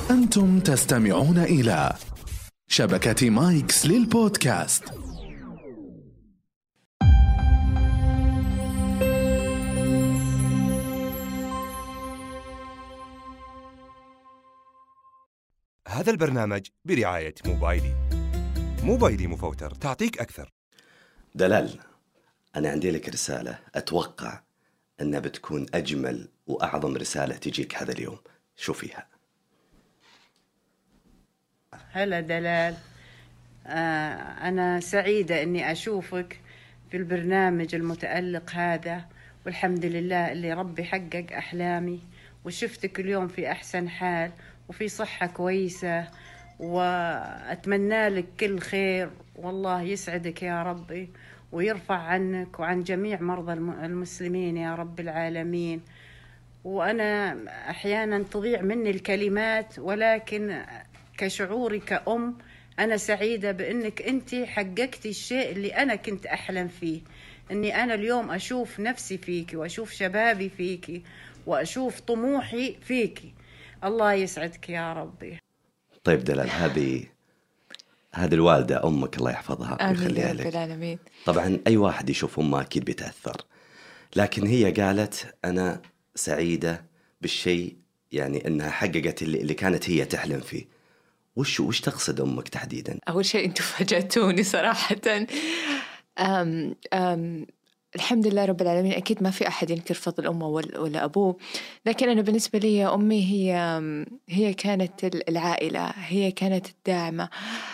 أنتم تستمعون إلى شبكة مايكس للبودكاست. هذا البرنامج برعاية موبايلي مفوتر، تعطيك أكثر. دلال، أنا عندي لك رسالة أتوقع أنها بتكون أجمل وأعظم رسالة تجيك هذا اليوم. شوفيها. هلا دلال، أنا سعيدة أني أشوفك في البرنامج المتألق هذا، والحمد لله اللي ربي حقق أحلامي وشفتك اليوم في أحسن حال وفي صحة كويسة، وأتمنى لك كل خير، والله يسعدك يا ربي ويرفع عنك وعن جميع مرضى المسلمين يا رب العالمين. وأنا أحيانا تضيع مني الكلمات، ولكن كشعوري كأم أنا سعيدة بأنك أنت حققتي الشيء اللي أنا كنت أحلم فيه، أني أنا اليوم أشوف نفسي فيكي وأشوف شبابي فيكي وأشوف طموحي فيكي. الله يسعدك يا ربي. طيب دلال، هذه الوالدة أمك الله يحفظها ويخليها لك. العالمين. طبعا أي واحد يشوف أمه أكيد بيتأثر، لكن هي قالت أنا سعيدة بالشيء، يعني أنها حققت اللي كانت هي تحلم فيه. وش تقصد أمك تحديدا؟ أول شيء أنتوا فاجأتوني صراحة. الحمد لله رب العالمين. أكيد ما في أحد ينكر فضل أمه ولا أبوه، لكن أنا بالنسبة لي أمي هي كانت العائلة، هي كانت الداعمة.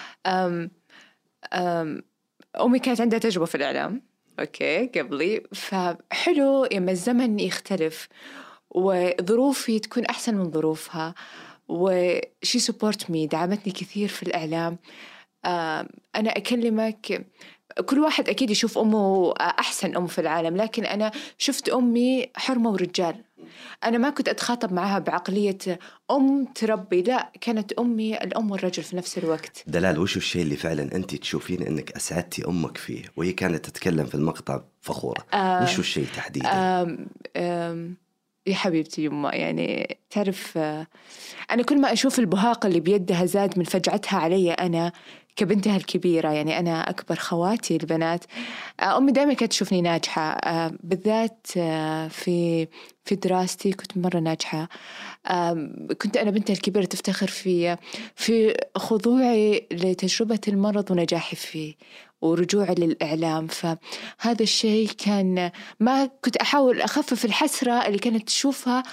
أمي كانت عندها تجربة في الإعلام قبلي، فحلو لما الزمن يختلف وظروفي تكون أحسن من ظروفها، وشي سبورت مي، دعمتني كثير في الإعلام. أنا أكلمك، كل واحد أكيد يشوف أمه أحسن أم في العالم، لكن أنا شفت أمي حرمة ورجال. أنا ما كنت أتخاطب معها بعقلية أم تربي، لا، كانت أمي الأم والرجل في نفس الوقت. دلال، وش الشيء اللي فعلا أنت تشوفين أنك أسعدتي أمك فيه وهي كانت تتكلم في المقطع فخورة؟ وش الشيء تحديدا؟ يا حبيبتي يمه، يعني تعرف، أنا كل ما أشوف البهاق اللي بيدها زاد من فجعتها علي أنا كبنتها الكبيرة، يعني أنا أكبر خواتي البنات. أمي دائما كانت تشوفني ناجحة، بالذات في دراستي كنت مرة ناجحة. كنت أنا بنتها الكبيرة تفتخر في خضوعي لتجربة المرض ونجاحي فيه ورجوعي للإعلام. فهذا الشيء كان، ما كنت أحاول أخفف الحسرة اللي كانت تشوفها،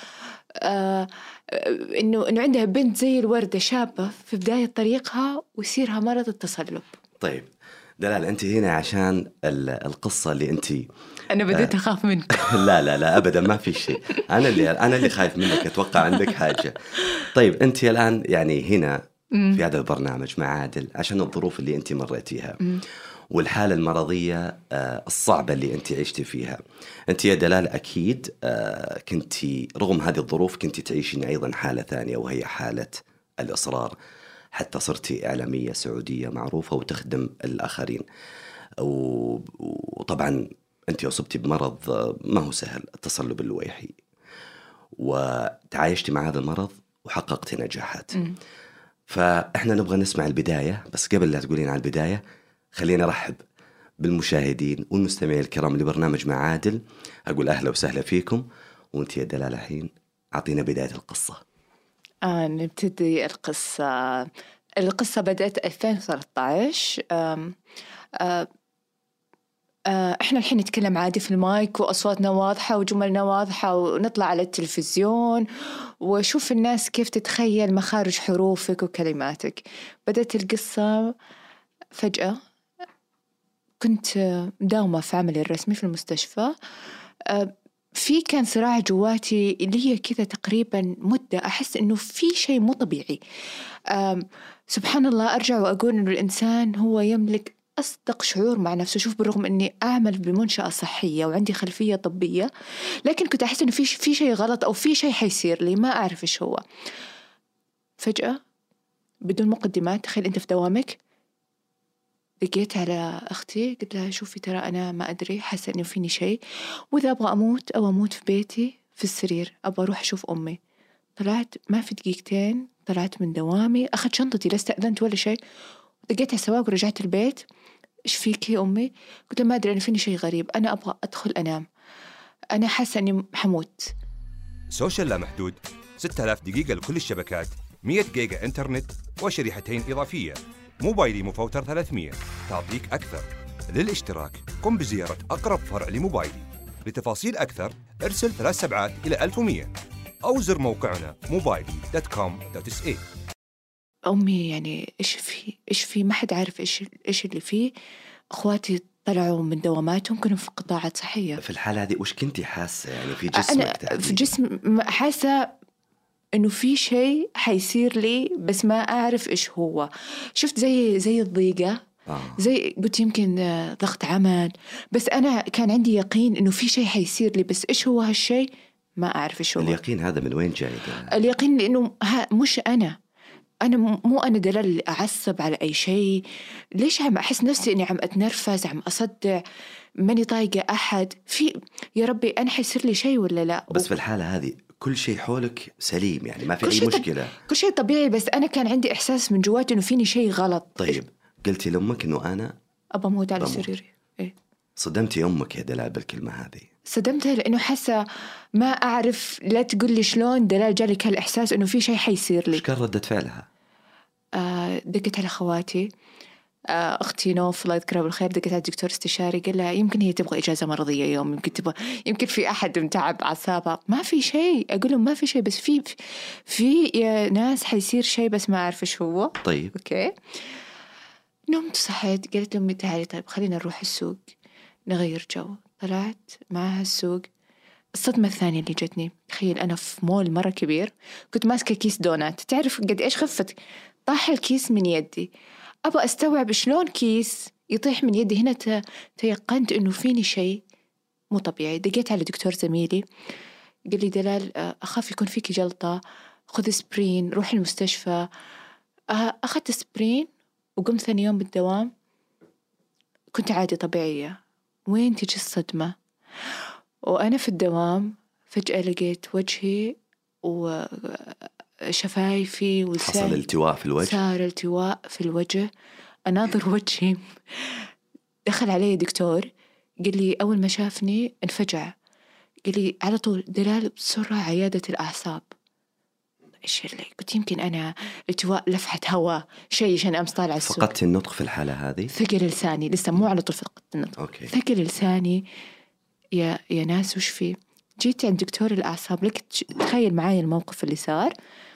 إنه عندها بنت زي الوردة شابة في بداية طريقها ويصيرها مرض التصلب. طيب دلال، أنت هنا عشان القصة اللي أنت أنا بديت أخاف منك. لا أبدا، ما في شيء. أنا اللي خايف منك، أتوقع عندك حاجة. طيب أنت الآن يعني هنا في هذا البرنامج مع عادل عشان الظروف اللي أنت مريتيها والحالة المرضية الصعبة اللي أنت عشتي فيها. أنت يا دلال أكيد كنتي رغم هذه الظروف كنتي تعيشين أيضا حالة ثانية، وهي حالة الإصرار، حتى صرتي إعلامية سعودية معروفة وتخدم الآخرين. وطبعا أنت أصبتي بمرض ما هو سهل، التصلب اللويحي، وتعايشتي مع هذا المرض وحققتي نجاحات. فإحنا نبغى نسمع البداية، بس قبل لا تقولين على البداية خلينا نرحب بالمشاهدين والمستمعين الكرام لبرنامج مع عادل. أقول أهلا وسهلا فيكم. وأنت يا دلال الحين أعطينا بداية القصة. نبتدي القصة بدأت 2013. إحنا الحين نتكلم عادي في المايك وأصواتنا واضحة وجملنا واضحة ونطلع على التلفزيون وشوف الناس كيف تتخيل مخارج حروفك وكلماتك. بدأت القصة فجأة، كنت مداومة في عملي الرسمي في المستشفى. كان صراع جواتي اللي هي كذا تقريبا مدة أحس إنه في شيء مو طبيعي. سبحان الله، أرجع وأقول إنه الإنسان هو يملك أصدق شعور مع نفسه. شوف، بالرغم إني أعمل بمنشأة صحية وعندي خلفية طبية، لكن كنت أحس إنه في شيء غلط أو في شيء حيصير لي ما أعرف إيش هو. فجأة بدون مقدمات، تخيل أنت في دوامك، لقيت على أختي قلت لها شوفي ترى أنا ما أدري، حاسة إنه فيني شيء، وإذا أبغى أموت أو أموت في بيتي في السرير، أبغى أروح أشوف أمي. طلعت ما في دقيقتين طلعت من دوامي، أخذت شنطتي لا استأذنت ولا شيء، دقيت على السواق ورجعت البيت. إيش فيك يا أمي؟ قلت ما أدري، أنا فيني شيء غريب، أنا أبغى أدخل أنام، أنا حاسة أني حموت. سوشيال لا محدود، 6000 دقيقة لكل الشبكات، 100 جيجا إنترنت وشريحتين إضافية. موبايلي مفوتر 300 تعطيك أكثر. للاشتراك قم بزيارة أقرب فرع لموبايلي. لتفاصيل أكثر ارسل 3 سبعات إلى 1100 أو زر موقعنا mobily.com.sa. أمي يعني إيش في ما حد عارف إيش اللي فيه. أخواتي طلعوا من دواماتهم كانوا في قطاعات صحية. في الحالة هذه وش كنتي حاسة يعني في جسمك؟ أنا في جسم حاسة إنه في شيء حيصير لي بس ما أعرف إيش هو. شفت زي الضيقة، زي قلت يمكن ضغط عمل، بس أنا كان عندي يقين إنه في شيء حيصير لي، بس إيش هو هالشيء ما أعرف إيش هو. اليقين هذا من وين جاي ده؟ اليقين لأنه مش أنا مو أنا دلال اللي أعصب على أي شيء. ليش عم أحس نفسي إني عم أتنرفز، عم أصدع، ماني طايقة أحد يا ربي أنا حيصير لي شيء ولا لا؟ بس في الحالة هذه كل شيء حولك سليم يعني ما في أي مشكلة، كل شيء طبيعي، بس أنا كان عندي إحساس من جواتي إنه فيني شيء غلط. طيب قلتي لأمك إنه أنا أبى أموت على سريري. إيه؟ صدمتي أمك يا دلال بالكلمة هذه؟ صدمتها لأنه حاسة ما أعرف، لا تقول لي شلون دلال جالك هالإحساس إنه في شيء حيصير لي. إيش كان ردة فعلها؟ دقت على خواتي، أختي نوف الله يذكرها بالخير دقت على الدكتور استشاري، قال لها يمكن هي تبغى إجازة مرضية يوم، يمكن في أحد متعب أعصابها. ما في شيء، أقول لهم ما في شيء، بس في ناس حيصير شيء بس ما أعرف إيش هو. طيب أوكي. نمت صحيت قالت لأمي تعالي طيب خلينا نروح السوق نغير جو. طلعت معها السوق. الصدمة الثانية اللي جتني، تخيل أنا في مول مرة كبير، كنت ماسكة كيس دونات، تعرف قد إيش خفت، طاح الكيس من يدي. أبغى أستوعب شلون كيس يطيح من يدي. هنا تيقنت إنه فيني شيء مو طبيعي. دقيت على دكتور زميلي قال لي دلال أخاف يكون فيك جلطة، خذ سبرين، روح المستشفى. أخذت سبرين وقمت ثاني يوم بالدوام كنت عادي طبيعية. وين تجي الصدمة؟ وأنا في الدوام فجأة لقيت وجهي وشفايفي ولساني حصل التواء في الوجه. صار التواء في الوجه، أناظر وجهي. دخل علي دكتور قال لي أول ما شافني انفجع، قال لي على طول دلال بسرعة عيادة الأعصاب. إيش اللي قلت يمكن أنا التواء لفحة هواء شيء عشان أمس طالع السوق. فقدت النطق في الحالة هذه؟ ثقل لساني، لسه مو على طول فقدت النطق. أوكي. ثقل لساني يا ناس وش فيه. جيت عند دكتور الأعصاب، لك تخيل معايا الموقف اللي صار.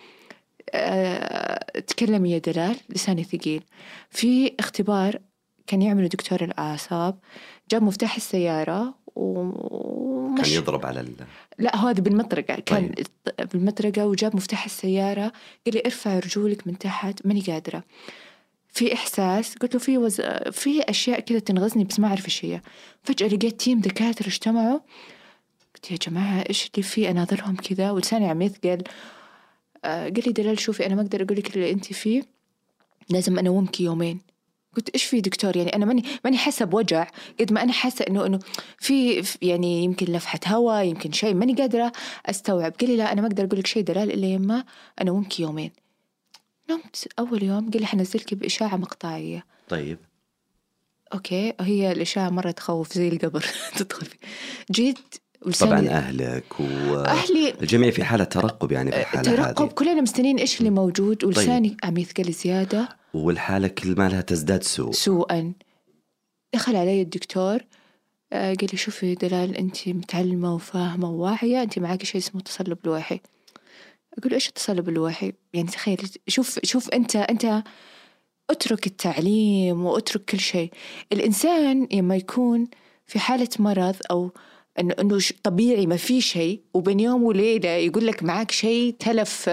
تكلم يا دلال لساني ثقيل. في اختبار كان يعمله دكتور الأعصاب، جاب مفتاح السيارة كان يضرب على لا هذا بالمطرقة، كان طيب. بالمطرقة، وجاب مفتاح السيارة قال لي ارفع رجولك من تحت. ماني قادرة، في إحساس. قلت له في أشياء كذا تنغزني بس ما أعرف إيش هي. فجأة لقيت تيم دكاترة اجتمعوا، قلت يا جماعة إيش اللي فيه؟ أناظرهم كذا ولساني عم يثقل. قال لي دلال شوفي أنا ما أقدر أقول لك اللي أنت فيه، لازم أنومك يومين. قلت إيش في دكتور؟ يعني أنا ماني حاسة بوجع قد ما أنا حاسة إنه في يعني يمكن لفحة هواء، يمكن شيء ماني قادرة أستوعب. قال لي لا أنا ما أقدر أقول لك شيء دلال إلا يما أنومك يومين. نمت أول يوم قال لي حنزلك بإشاعة مقطعية. طيب أوكي. هي الإشاعة مرة تخوف زي القبر تدخل فيه. جيت طبعا أهلك أهلي الجميع في حالة ترقب، يعني في الحالة ترقب هذه كلنا مستنين إيش اللي موجود، ولساني طيب. عم يثقل زيادة، والحالة كل ما لها تزداد سوءا. دخل علي الدكتور قال لي شوفي دلال أنت متعلمة وفاهمة وواعية، أنت معاكي شيء اسمه تصلب الوعي. أقول إيش التصلب الوعي؟ يعني تخيل، شوف أنت أترك التعليم وأترك كل شيء. الإنسان لما يكون في حالة مرض أو إنه طبيعي ما في شيء، وبين يوم وليلة يقول لك معاك شيء تلف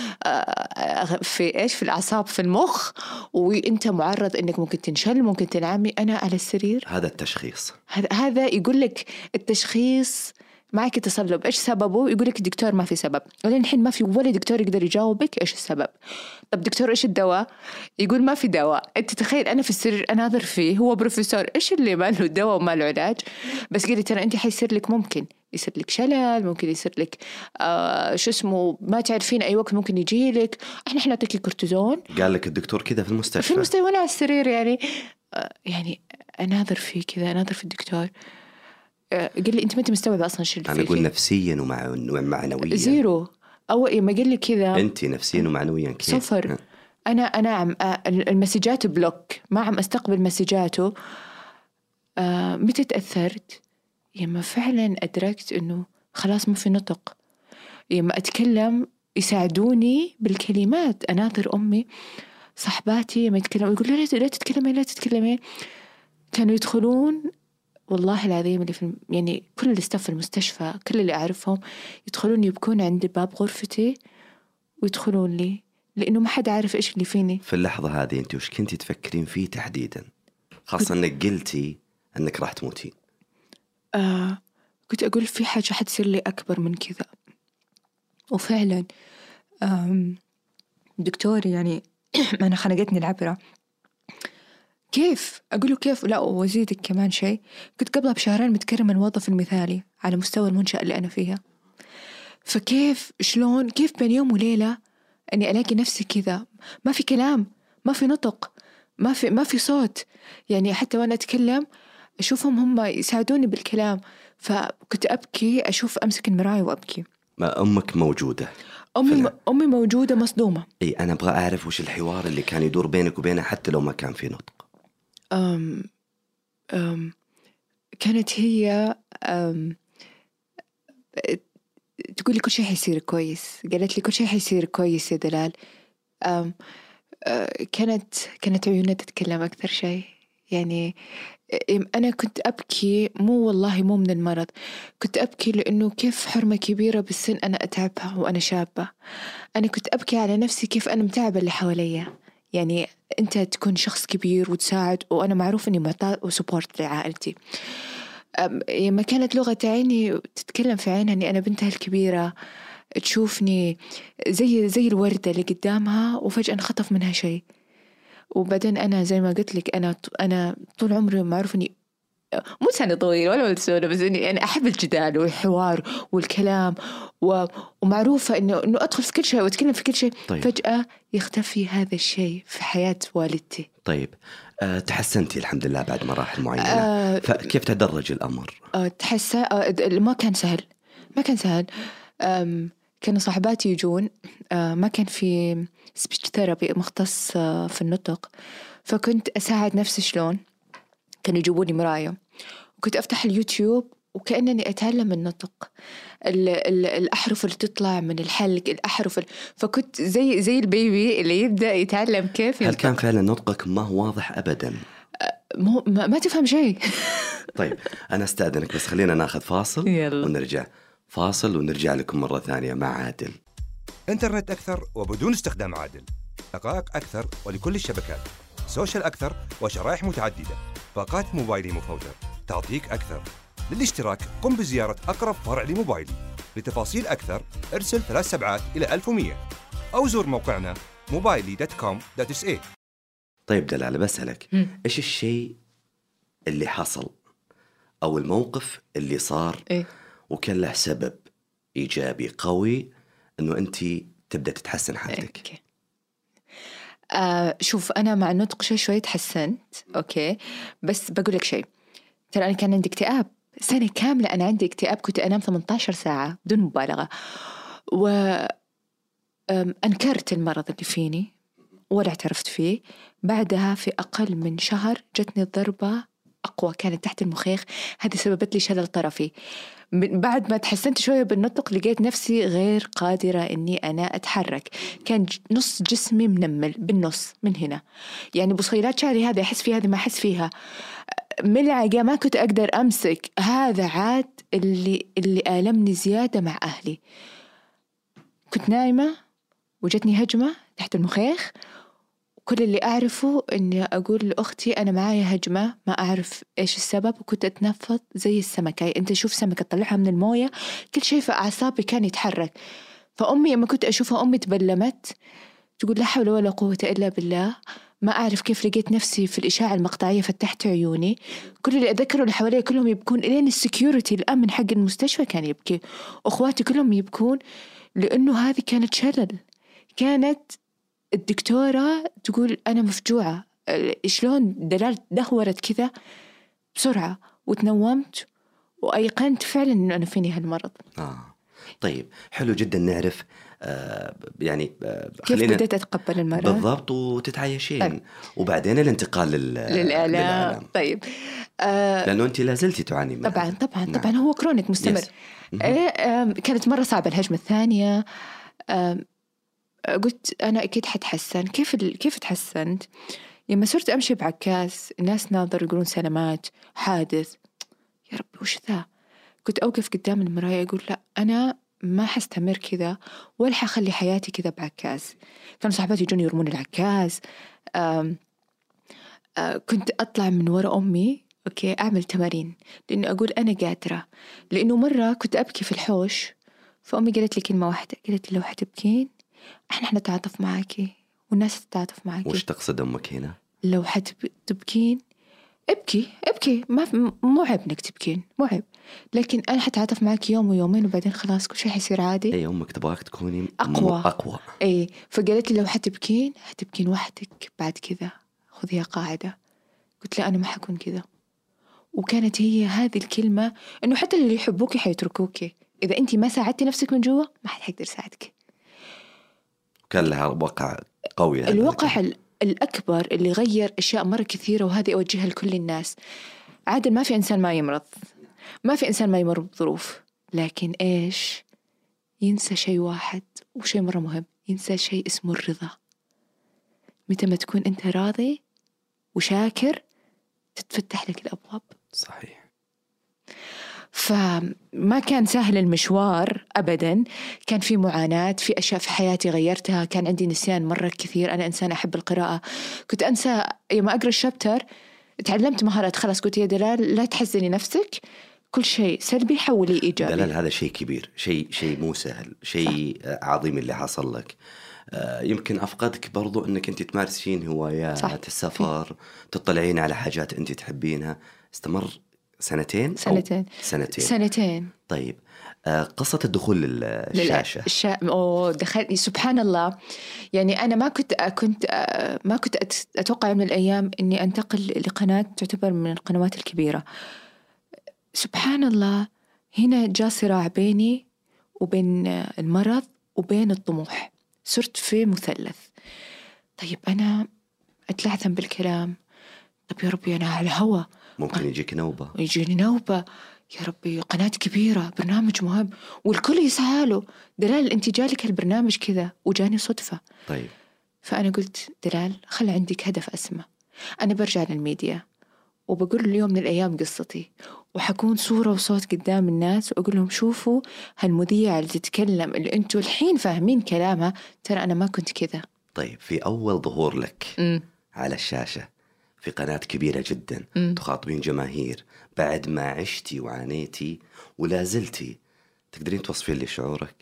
في إيش، في الأعصاب، في المخ، وأنت معرض إنك ممكن تنشل، ممكن تنعمي. أنا على السرير. هذا التشخيص، هذا يقول لك التشخيص معك تصلب، إيش سببه؟ يقول لك الدكتور ما في سبب. ولين الحين ما في ولا دكتور يقدر يجاوبك إيش السبب. طب دكتور إيش الدواء؟ يقول ما في دواء. أنت تخيل أنا في السرير أناظر فيه، هو بروفيسور إيش اللي ما له دواء وما له علاج، بس قال لي ترى أنت حيصير لك ممكن يصير لك شلل، ممكن يصير لك شو اسمه ما تعرفين أي وقت ممكن يجيلك. إحنا نعطيكي كورتيزون. قال لك الدكتور كذا في المستشفى؟ في المستشفى وأنا على السرير يعني. يعني أناظر فيه كذا، أناظر في الدكتور، قال لي أنت ما أنت مستوعبة أصلا شو اللي فيه. أنا أقول نفسيا ومعنويا. زيرو. أول ما قال لي كذا أنت نفسيا ومعنويا كيف؟ صفر. أنا عم المسجات بلوك، ما عم أستقبل مسجاته. متى تأثرت؟ يما فعلا أدركت إنه خلاص ما في نطق. يما أتكلم يساعدوني بالكلمات، أناظر أمي صحباتي ما يتكلموا يقول لا تتكلمي لا تتكلمي. كانوا يدخلون والله العظيم اللي في يعني كل اللي استف في المستشفى، كل اللي أعرفهم يدخلون يبكون عند باب غرفتي ويدخلون لي، لأنه ما حد عارف إيش اللي فيني. في اللحظة هذه أنت وش كنتي تفكرين فيه تحديدا، خاصة أنك قلتي أنك راح تموتين؟ كنت أقول في حاجة حتصير لي أكبر من كذا. وفعلا دكتور يعني أنا خنقتني العبرة. كيف أقول له كيف؟ لا وزيدك كمان شيء، كنت قبلها بشهرين متكرمة الموظف المثالي على مستوى المنشأة اللي أنا فيها. فكيف شلون كيف بين يوم وليلة أني ألاقي نفسي كذا، ما في كلام، ما في نطق، ما في صوت. يعني حتى وأنا أتكلم أشوفهم هم يساعدوني بالكلام. فكنت أبكي، أشوف أمسك المراية وأبكي. ما أمك موجودة؟ أمي موجودة مصدومة. أي أنا أبغى أعرف وش الحوار اللي كان يدور بينك وبينها حتى لو ما كان في نطق. كانت هي تقول لي كل شيء حيصير كويس. قالت لي كل شيء حيصير كويس يا دلال. كانت عيونها تتكلم أكثر شيء. يعني أنا كنت أبكي، مو من المرض، كنت أبكي لأنه كيف حرمة كبيرة بالسن أنا أتعبها وأنا شابة. أنا كنت أبكي على نفسي كيف أنا متعبة اللي حواليا. يعني أنت تكون شخص كبير وتساعد، وأنا معروف أني معطاء وسبورت لعائلتي. ما كانت لغة عيني تتكلم في عينها أني أنا بنتها الكبيرة، تشوفني زي الوردة اللي قدامها وفجأة انخطف منها شيء. وبعدين أنا زي ما قلت لك أنا طول عمري معروف إني مو لساني طويل ولا ملسونة، بس إني أنا أحب الجدال والحوار والكلام ومعروفة إنه أدخل في كل شيء وأتكلم في كل شيء. طيب. فجأة يختفي هذا الشيء في حياة والدتي. طيب تحسنتي الحمد لله بعد مراحل معينة. فكيف تدرج الأمر؟ ما كان سهل. كانوا صاحباتي يجون، ما كان في سبيتش ثيرابي مختص في النطق، فكنت أساعد نفسي شلون. كانوا يجيبوني مراية وكنت أفتح اليوتيوب وكأنني أتعلم النطق، الأحرف اللي تطلع من الحلق، الأحرف فكنت زي البيبي اللي يبدأ يتعلم كيف ينطق. هل كان فعلا نطقك ما هو واضح أبدا؟ ما تفهم شيء. طيب أنا أستأذنك بس خلينا ناخذ فاصل ونرجع. فاصل ونرجع لكم مرة ثانية مع عادل. إنترنت أكثر وبدون استخدام عادل، دقائق أكثر ولكل الشبكات، سوشيال أكثر وشرائح متعددة، باقات موبايلي مفوتر تعطيك أكثر. للاشتراك قم بزيارة أقرب فرع لموبايلي. لتفاصيل أكثر ارسل 3 سبعات إلى 1100 أو زور موقعنا mobiley.com.sa. طيب دلال بسألك إيش الشيء اللي حصل أو الموقف اللي صار وكان له سبب إيجابي قوي إنه أنت تبدأ تتحسن حالتك؟ شوف أنا مع النطق شوي تحسنت، أوكي، بس بقول لك شيء، ترى أنا كان عندي اكتئاب سنة كاملة. أنا عندي اكتئاب، كنت أنام 18 ساعة بدون مبالغة، وأنكرت المرض اللي فيني ولا اعترفت فيه. بعدها في أقل من شهر جتني الضربة أقوى، كانت تحت المخيخ، هذه سببت لي شلل طرفي. بعد ما تحسنت شوية بالنطق لقيت نفسي غير قادرة إني أنا أتحرك، كان نص جسمي منمل بالنص من هنا، يعني بصيلات شعري هذا أحس فيها، هذه ما أحس فيها، ملعقة ما كنت أقدر أمسك. هذا عاد اللي آلمني زيادة مع أهلي. كنت نايمة وجتني هجمة تحت المخيخ، كل اللي أعرفه إني أقول لأختي أنا معايا هجمة، ما أعرف إيش السبب، وكنت أتنفض زي السمكة. أنت شوف سمكة تطلعها من الموية، كل شيء في أعصابي كان يتحرك. فأمي لما كنت أشوفها، أمي تبلمت تقول لا حول ولا قوة إلا بالله، ما أعرف كيف لقيت نفسي في الإشاعة المقطعية، فتحت عيوني، كل اللي أذكره اللي حوالي كلهم يبكون، إلين السكيورتي الأمن حق المستشفى كان يبكي، أخواتي كلهم يبكون، لأنه هذه كانت شلل. كانت الدكتورة تقول أنا مفجوعة، شلون دلال دهورت كذا بسرعة، وتنومت وأيقنت فعلا أنه أنا فيني هالمرض. طيب حلو جدا نعرف يعني كيف بدأت أتقبل المرض بالضبط وتتعايشين وبعدين الانتقال للإعلام. طيب لأنه أنت لازلتي تعاني منه. طبعا هو كرونيك مستمر. كانت مرة صعبة الهجمة الثانية. قلت أنا أكيد حتحسن. كيف تحسنت؟ لما صرت أمشي بعكاز الناس ناظر يقولون سلامات، حادث، يا ربي وش ذا. كنت أوقف قدام المراية أقول لا، أنا ما حستمر كذا ولا حخلي حياتي كذا بعكاز. كانوا صاحباتي يجون يرمون العكاز. كنت أطلع من وراء أمي أعمل تمارين، لأنه أقول أنا قادرة. لأنه مرة كنت أبكي في الحوش، فأمي قالت لي كلمة واحدة، قالت لي لو حتبكين إحنا نتعاطف معاكي والناس تتعاطف معاكي. وش تقصد أمك هنا؟ لو حتبكين ابكي، مو عيب إنك تبكين، مو عيب، لكن أنا حتعاطف معك يوم ويومين وبعدين خلاص كل شيء حيصير عادي. أي أمك تبغاك تكوني أقوى. أي فقالت لي لو حتبكين وحدك، بعد كذا خذيها قاعدة. قلت لا، أنا ما حكون كذا. وكانت هي هذه الكلمة، إنه حتى اللي يحبوك حيتركوك إذا أنت ما ساعدتي نفسك من جوا، ما حد حيقدر يساعدك. كان لها وقع قوي. الوقع الأكبر اللي غير أشياء مرة كثيرة، وهذه أوجهها لكل الناس. عادل ما في إنسان ما يمرض، ما في إنسان ما يمر بظروف، لكن إيش؟ ينسى شيء واحد وشيء مرة مهم، ينسى شيء اسمه الرضا. متى ما تكون أنت راضي وشاكر تتفتح لك الأبواب. صحيح. فما كان سهل المشوار أبدا، كان في معاناة، في أشياء في حياتي غيرتها. كان عندي نسيان مرة كثير، أنا إنسان أحب القراءة، كنت أنسى يوم أقرأ الشابتر. تعلمت مهارات، خلاص قلت يا دلال لا تحزني نفسك، كل شيء سلبي حولي إيجابي. دلال هذا شيء كبير، شيء مو سهل، شيء عظيم اللي حصل لك. يمكن أفقدك برضو أنك أنت تمارسين هوايات، السفر، تطلعين على حاجات أنت تحبينها. استمر سنتين. طيب قصة الدخول للشاشة. دخلت سبحان الله. يعني أنا ما كنت أتوقع من الأيام إني أنتقل لقناة تعتبر من القنوات الكبيرة. سبحان الله، هنا جاء صراع بيني وبين المرض وبين الطموح. صرت في مثلث. طيب أنا أتلعثم بالكلام، طب يا ربي أنا على الهوا، ممكن يجيني نوبة، يا ربي قناة كبيرة، برنامج مهم والكل يسعاله. دلال أنت جالك هالبرنامج كذا، وجاني صدفة. طيب فأنا قلت دلال خلي عندك هدف أسمى. أنا برجع للميديا وبقول اليوم من الأيام قصتي، وحكون صورة وصوت قدام الناس وأقول لهم شوفوا هالمذيعة اللي تتكلم اللي أنتوا الحين فاهمين كلامها، ترى أنا ما كنت كذا. طيب في أول ظهور لك على الشاشة في قناة كبيرة جدا، تخاطبين جماهير، بعد ما عشتي وعانيتي ولا زلتي، تقدرين توصفين لي شعورك؟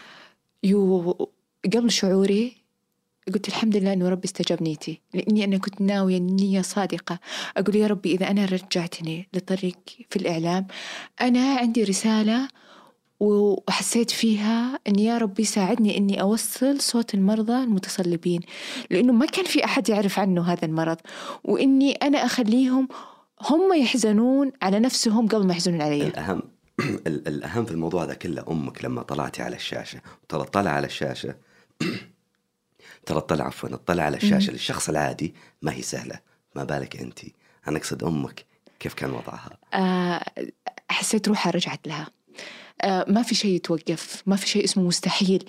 قبل شعوري قلت الحمد لله أنه ربي استجاب نيتي، لأني أنا كنت ناوية نية صادقة. أقول يا ربي إذا أنا رجعتني لطريق في الإعلام، أنا عندي رسالة وحسيت فيها أن يا ربي ساعدني أني أوصل صوت المرضى المتصلبين، لأنه ما كان في أحد يعرف عنه هذا المرض، وإني أنا أخليهم هم يحزنون على نفسهم قبل ما يحزنون علي. الأهم في الموضوع هذا كله أمك لما طلعتي على الشاشة. ترى الطلع على الشاشة الطلع على الشاشة للشخص العادي ما هي سهلة، ما بالك أنت. أنا أقصد أمك كيف كان وضعها؟ حسيت روحها رجعت لها. ما في شيء يتوقف، ما في شيء اسمه مستحيل.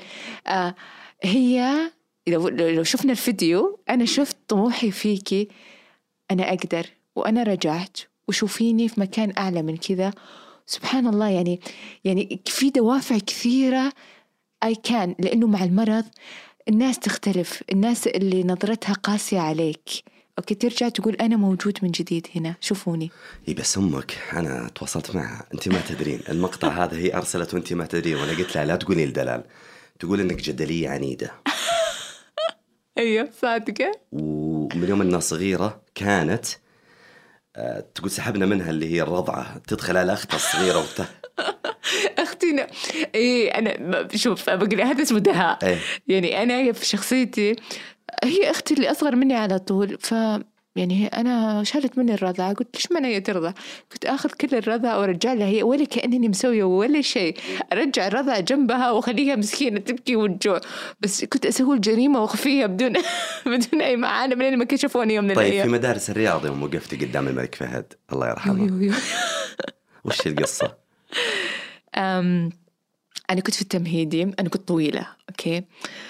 هي لو شفنا الفيديو، أنا شفت طموحي فيكي، أنا أقدر، وأنا رجعت، وشوفيني في مكان أعلى من كذا. سبحان الله. يعني في دوافع كثيرة لأنه مع المرض الناس تختلف، الناس اللي نظرتها قاسية عليك ترجع تقول أنا موجود من جديد هنا، شوفوني. بس أمك أنا تواصلت معها، أنت ما تدرين المقطع هذا هي أرسلت وأنت ما تدرين، وأنا قلت لها لا تقولي لدلال، تقول إنك جدلية عنيدة. أيوة صادقة. ومن من يوم إنها صغيرة كانت تقول سحبنا منها اللي هي الرضعة، تدخل على أختها الصغيرة أختنا إيه. أنا شوف بقول هذا اسمه دهاء. إيه؟ يعني أنا في شخصيتي هي أختي اللي أصغر مني على طول، يعني أنا شالت مني الرضاعة، قلت ليش ما هي ترضع؟ كنت أخذ كل الرضاعة وأرجع لها هي، ولا كأنني مسوية ولا شيء، أرجع الرضاعة جنبها وخليها مسكينة تبكي والجوع، بس كنت أسوي الجريمة وأخفيها بدون بدون أي معاناة من ما كشفوني يوم من طيب الأيام. في مدارس الرياض يوم وقفتي قدام الملك فهد الله يرحمه وش القصة؟ أنا كنت في التمهيدي، أنا كنت طويلة أوكي،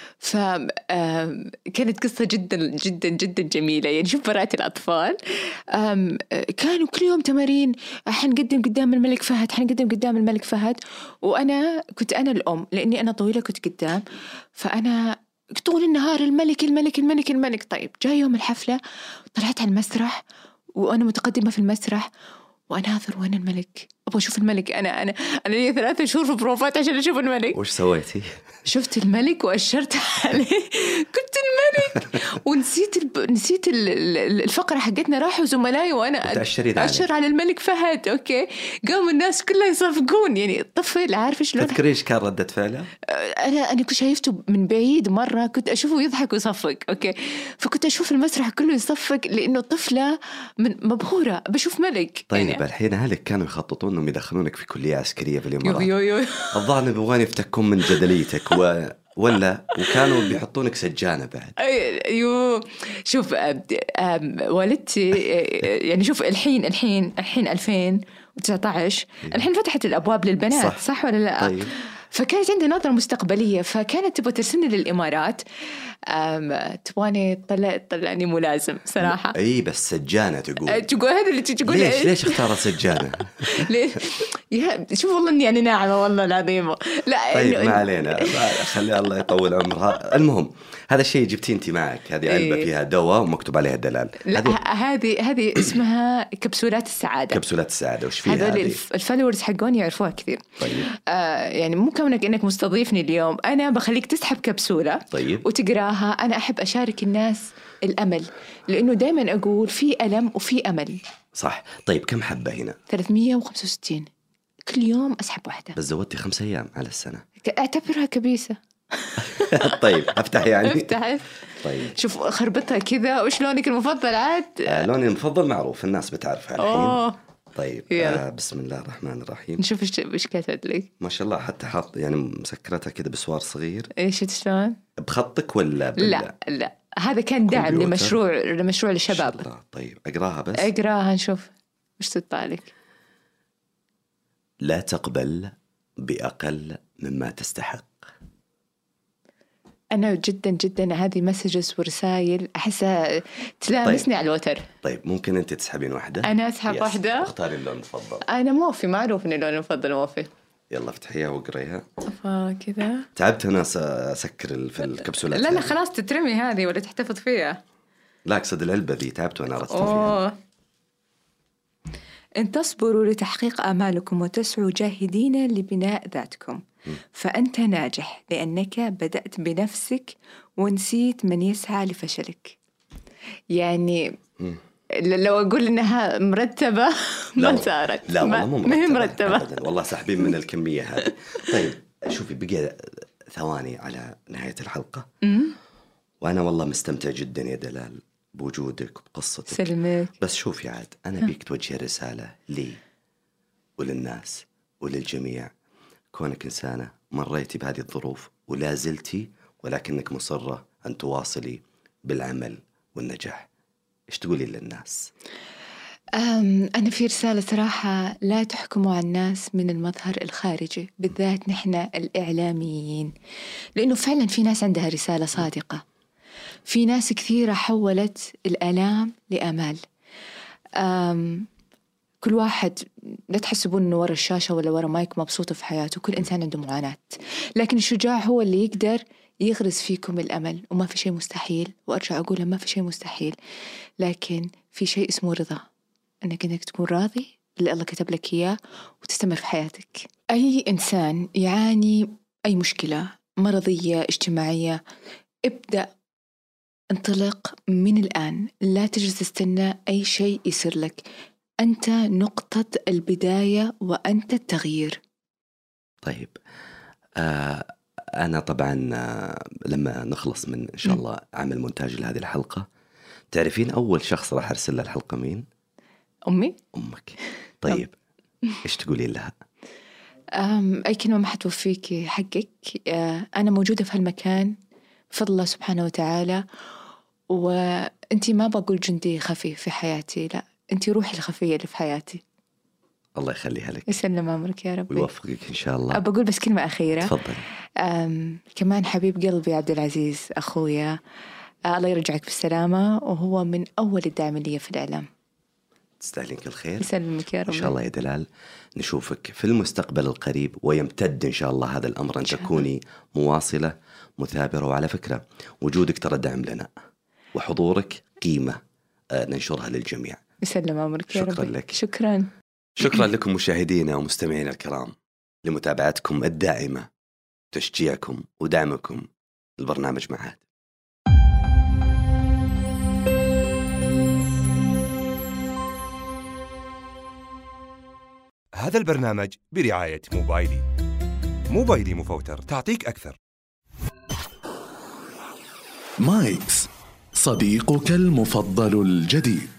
فكانت قصة جدا جدا جدا جميلة. يعني شوف براءة الأطفال، كانوا كل يوم تمارين، حنقدم قدام الملك فهد، حنقدم قدام الملك فهد، وأنا كنت أنا الأم لأني أنا طويلة كنت قدام، فأنا طول النهار الملك الملك الملك الملك. طيب جاء يوم الحفلة طلعت على المسرح وأنا متقدمة في المسرح وأناظر وين الملك، أبغى أشوف الملك. أنا لي 3 شهور في بروفات عشان أشوف الملك. وش سويتي؟ شفت الملك وأشرت عليه كنت الملك نسيت الفقرة حقتنا، راحوا زملائي وأنا أشر على الملك فهد. أوكي قاموا الناس كلها يصفقون، يعني الطفل عارف شلون. تذكرين إيش كان ردة فعله؟ أنا كنت شايفته من بعيد مرة، كنت أشوفه يضحك ويصفق. أوكي فكنت أشوف المسرح كله يصفق لأنه طفلة من مبهورة بشوف ملك. طيب يعني الحين أهلك كانوا يخططون إنهم يدخلونك في كلية عسكرية في الإمارات، الظاهر يبغون يفتكون من جدليتك ولا وكانوا بيحطونك سجانة بعد. أيوه شوف والدتي يعني شوف الحين 2019 الحين فتحت الأبواب للبنات صح ولا لا؟ طيب. فكانت عندي نظرة مستقبلية، فكانت تبغى ترسلني للإمارات، تبغاني طلعني ملازم صراحة. أي بس سجانة تقول هذا اللي تقول ليش اختارت سجانة؟ ليه؟ شوف والله إني يعني ناعمة والله العظيم. لا طيب ما علينا، خلي الله يطول عمرها. المهم هذا الشيء جبتيه أنت معك، هذه علبة فيها دواء ومكتوب عليها دلال. لا هذه اسمها كبسولات السعادة. كبسولات السعادة وش فيها؟ هذول الفالورز حقوني يعرفوها كثير. طيب. يعني مو كونك إنك مستضيفني اليوم، أنا بخليك تسحب كبسولة طيب. وتقراها. أنا أحب أشارك الناس الأمل، لأنه دائما أقول في ألم وفي أمل. صح. طيب كم حبة هنا؟ 365 كل يوم أسحب واحدة. بس زودتي 5 أيام على السنة. أعتبرها كبيسة. طيب أفتح يعني. افتح. طيب شوف خربطها كذا. وش لونك المفضل عاد؟ لوني المفضل معروف، الناس بتعرفها الحين. طيب بسم الله الرحمن الرحيم. نشوف إيش كاتب لك. ما شاء الله حتى حاط يعني مسكرتها كده بسوار صغير. إيش شلون؟ بخطك ولا لا هذا كان دعم لمشروع للشباب. طيب أقراها بس. أقراها نشوف إيش تطلع لك. لا تقبل بأقل مما تستحق. أنا جدا جدا هذه مسجز ورسائل أحسها تلامسني على الوتر. طيب ممكن أنت تسحبين واحدة؟ أنا أسحب واحدة. اختاري اللون المفضل. أنا موفي، معروف إن اللون المفضل موفي. يلا افتحيها وقريها. كذا. تعبت أنا أسكر في الكبسولات. لا خلاص تترمي هذه ولا تحتفظ فيها. لا أقصد العلبة ذي، تعبت وأنا رسمت فيها. إن تصبروا لتحقيق آمالكم وتسعوا جاهدين لبناء ذاتكم فأنت ناجح، لأنك بدأت بنفسك ونسيت من يسعى لفشلك. يعني لو أقول إنها مرتبة ما صارت. لا والله ما هي مرتبة أبداً. والله ساحبين من الكمية هذه. طيب شوفي بقي ثواني على نهاية الحلقة وأنا والله مستمتع جدا يا دلال بوجودك وبقصتك. سلمك. بس شوفي عاد أنا بيك توجه رسالة لي وللناس وللجميع. كونك إنسانة مريتي بهذه الظروف ولا زلتي، ولكنك مصرة أن تواصلي بالعمل والنجاح، إيش تقولي للناس؟ أنا في رسالة صراحة، لا تحكموا على الناس من المظهر الخارجي، بالذات نحن الإعلاميين، لأنه فعلا في ناس عندها رسالة صادقة. في ناس كثيرة حولت الآلام لآمال. كل واحد لا تحسبون أنه ورا الشاشة ولا ورا مايك مبسوط في حياته، كل إنسان عنده معاناة، لكن الشجاع هو اللي يقدر يغرس فيكم الأمل. وما في شيء مستحيل، وأرجع أقولها ما في شيء مستحيل، لكن في شيء اسمه رضا، أنك تكون راضي اللي الله كتب لك إياه وتستمر في حياتك. أي إنسان يعاني أي مشكلة مرضية اجتماعية، ابدأ انطلق من الآن، لا تجلس تستنى أي شيء يصير لك. أنت نقطة البداية وأنت التغيير. طيب أنا طبعا لما نخلص من إن شاء الله عمل مونتاج لهذه الحلقة، تعرفين أول شخص راح أرسل له الحلقة مين؟ أمي. أمك. طيب إيش تقولين لها؟ أي كلمة ما حتوفيك حقك. أنا موجودة في هالمكان بفضل الله سبحانه وتعالى، وأنتي ما بقول جندي خفي في حياتي، لا، أنتي روحي الخفية اللي في حياتي. الله يخليها لك، يسلم أمرك يا رب ويوفقك إن شاء الله. بقول بس كلمة أخيرة. تفضل. كمان حبيب قلبي عبد العزيز أخويا، الله يرجعك بالسلامة، وهو من أول الداعم لي في الإعلام. تستاهلين كل خير. يسلمك يا رب. إن شاء الله يا دلال نشوفك في المستقبل القريب، ويمتد إن شاء الله هذا الأمر أن تكوني مواصلة مثابرة. وعلى فكرة وجودك ترى دعم لنا، وحضورك قيمة ننشرها للجميع. يسلم أمرك يا رب. شكرا لك. شكرا لكم مشاهدينا ومستمعينا الكرام لمتابعتكم الدائمة، تشجيعكم ودعمكم البرنامج معاد. هذا البرنامج برعاية موبايلي مفوتر، تعطيك أكثر. مايكس، صديقك المفضل الجديد.